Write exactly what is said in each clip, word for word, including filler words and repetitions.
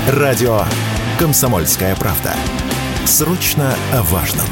Радио «Комсомольская правда». Срочно о важном.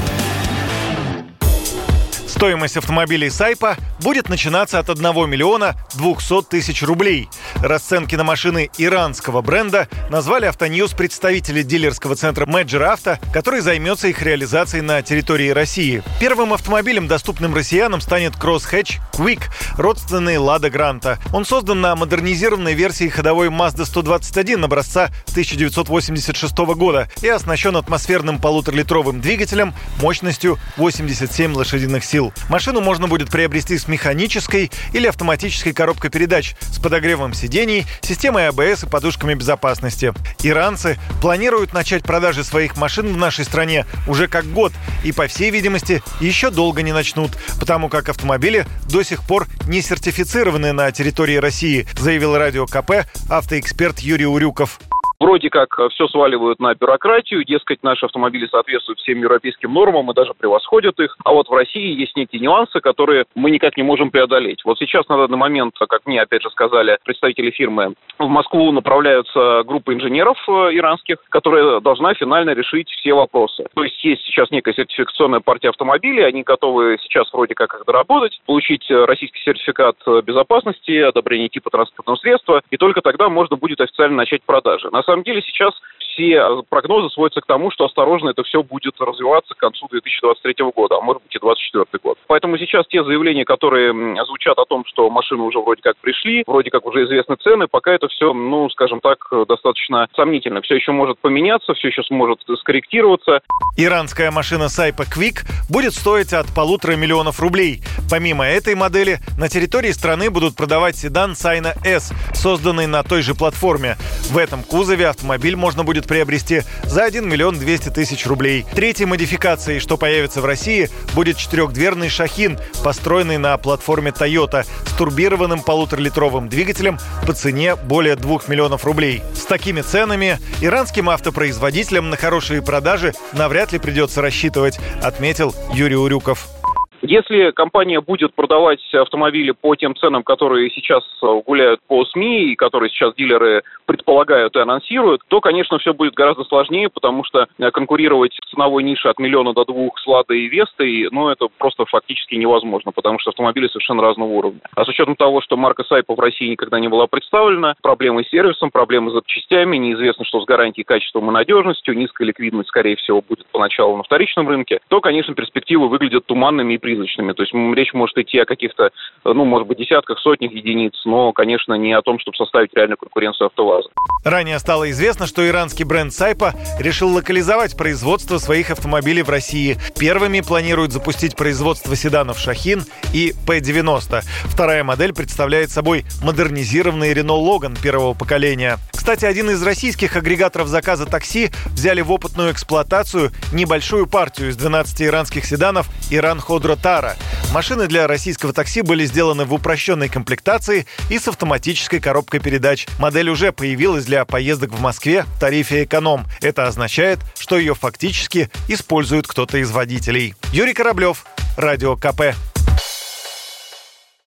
Стоимость автомобилей Сайпа будет начинаться от одного миллиона двухсот тысяч рублей. Расценки на машины иранского бренда назвали Автоньюз представители дилерского центра Major Auto, который займется их реализацией на территории России. Первым автомобилем, доступным россиянам, станет Crosshatch Quick, родственный Lada Granta. Он создан на модернизированной версии ходовой Mazda сто двадцать один образца тысяча девятьсот восемьдесят шестого года и оснащен атмосферным полуторалитровым двигателем мощностью восемьдесят семь лошадиных сил. Машину можно будет приобрести с механической или автоматической коробкой передач, с подогревом сидений, системой а бэ эс и подушками безопасности. Иранцы планируют начать продажи своих машин в нашей стране уже как год и, по всей видимости, еще долго не начнут, потому как автомобили до сих пор не сертифицированы на территории России, заявил Радио КП автоэксперт Юрий Урюков. Вроде как все сваливают на бюрократию, дескать, наши автомобили соответствуют всем европейским нормам и даже превосходят их. А вот в России есть некие нюансы, которые мы никак не можем преодолеть. Вот сейчас на данный момент, как мне опять же сказали представители фирмы, в Москву направляются группа инженеров иранских, которая должна финально решить все вопросы. То есть есть сейчас некая сертификационная партия автомобилей, они готовы сейчас вроде как их доработать, получить российский сертификат безопасности, одобрение типа транспортного средства, и только тогда можно будет официально начать продажи. На самом деле сейчас все прогнозы сводятся к тому, что осторожно это все будет развиваться к концу две тысячи двадцать третьего года, а может быть и двадцать четвёртый год. Поэтому сейчас те заявления, которые звучат о том, что машины уже вроде как пришли, вроде как уже известны цены, пока это все, ну, скажем так, достаточно сомнительно. Все еще может поменяться, все еще сможет скорректироваться. Иранская машина Сайпа Quick будет стоить от полутора миллионов рублей. Помимо этой модели, на территории страны будут продавать седан Сайна S, созданный на той же платформе. В этом кузове автомобиль можно будет приобрести за один миллион двести тысяч рублей. Третьей модификацией, что появится в России, будет четырехдверный Шахин, построенный на платформе Toyota с турбированным полуторалитровым двигателем по цене более двух миллионов рублей. С такими ценами иранским автопроизводителям на хорошие продажи навряд ли придется рассчитывать, отметил Юрий Урюков. Если компания будет продавать автомобили по тем ценам, которые сейчас гуляют по СМИ и которые сейчас дилеры предполагают и анонсируют, то, конечно, все будет гораздо сложнее, потому что конкурировать в ценовой нише от миллиона до двух с Ладой и Вестой, ну, это просто фактически невозможно, потому что автомобили совершенно разного уровня. А с учетом того, что марка Сайпа в России никогда не была представлена, проблемы с сервисом, проблемы с запчастями, неизвестно, что с гарантией, качеством и надежностью, низкая ликвидность, скорее всего, будет поначалу на вторичном рынке, то, конечно, перспективы выглядят туманными и призрачными. То есть речь может идти о каких-то, ну, может быть, десятках, сотнях единиц, но, конечно, не о том, чтобы составить реальную конкуренцию АвтоВАЗа. Ранее стало известно, что иранский бренд Сайпа решил локализовать производство своих автомобилей в России. Первыми планируют запустить производство седанов Шахин и Пэ девяносто. Вторая модель представляет собой модернизированный Renault Logan первого поколения. Кстати, один из российских агрегаторов заказа такси взяли в опытную эксплуатацию небольшую партию из двенадцати иранских седанов Иран Ходро Тара. Машины для российского такси были сделаны в упрощенной комплектации и с автоматической коробкой передач. Модель уже появилась для поездок в Москве в тарифе «Эконом». Это означает, что ее фактически использует кто-то из водителей. Юрий Кораблев, Радио КП.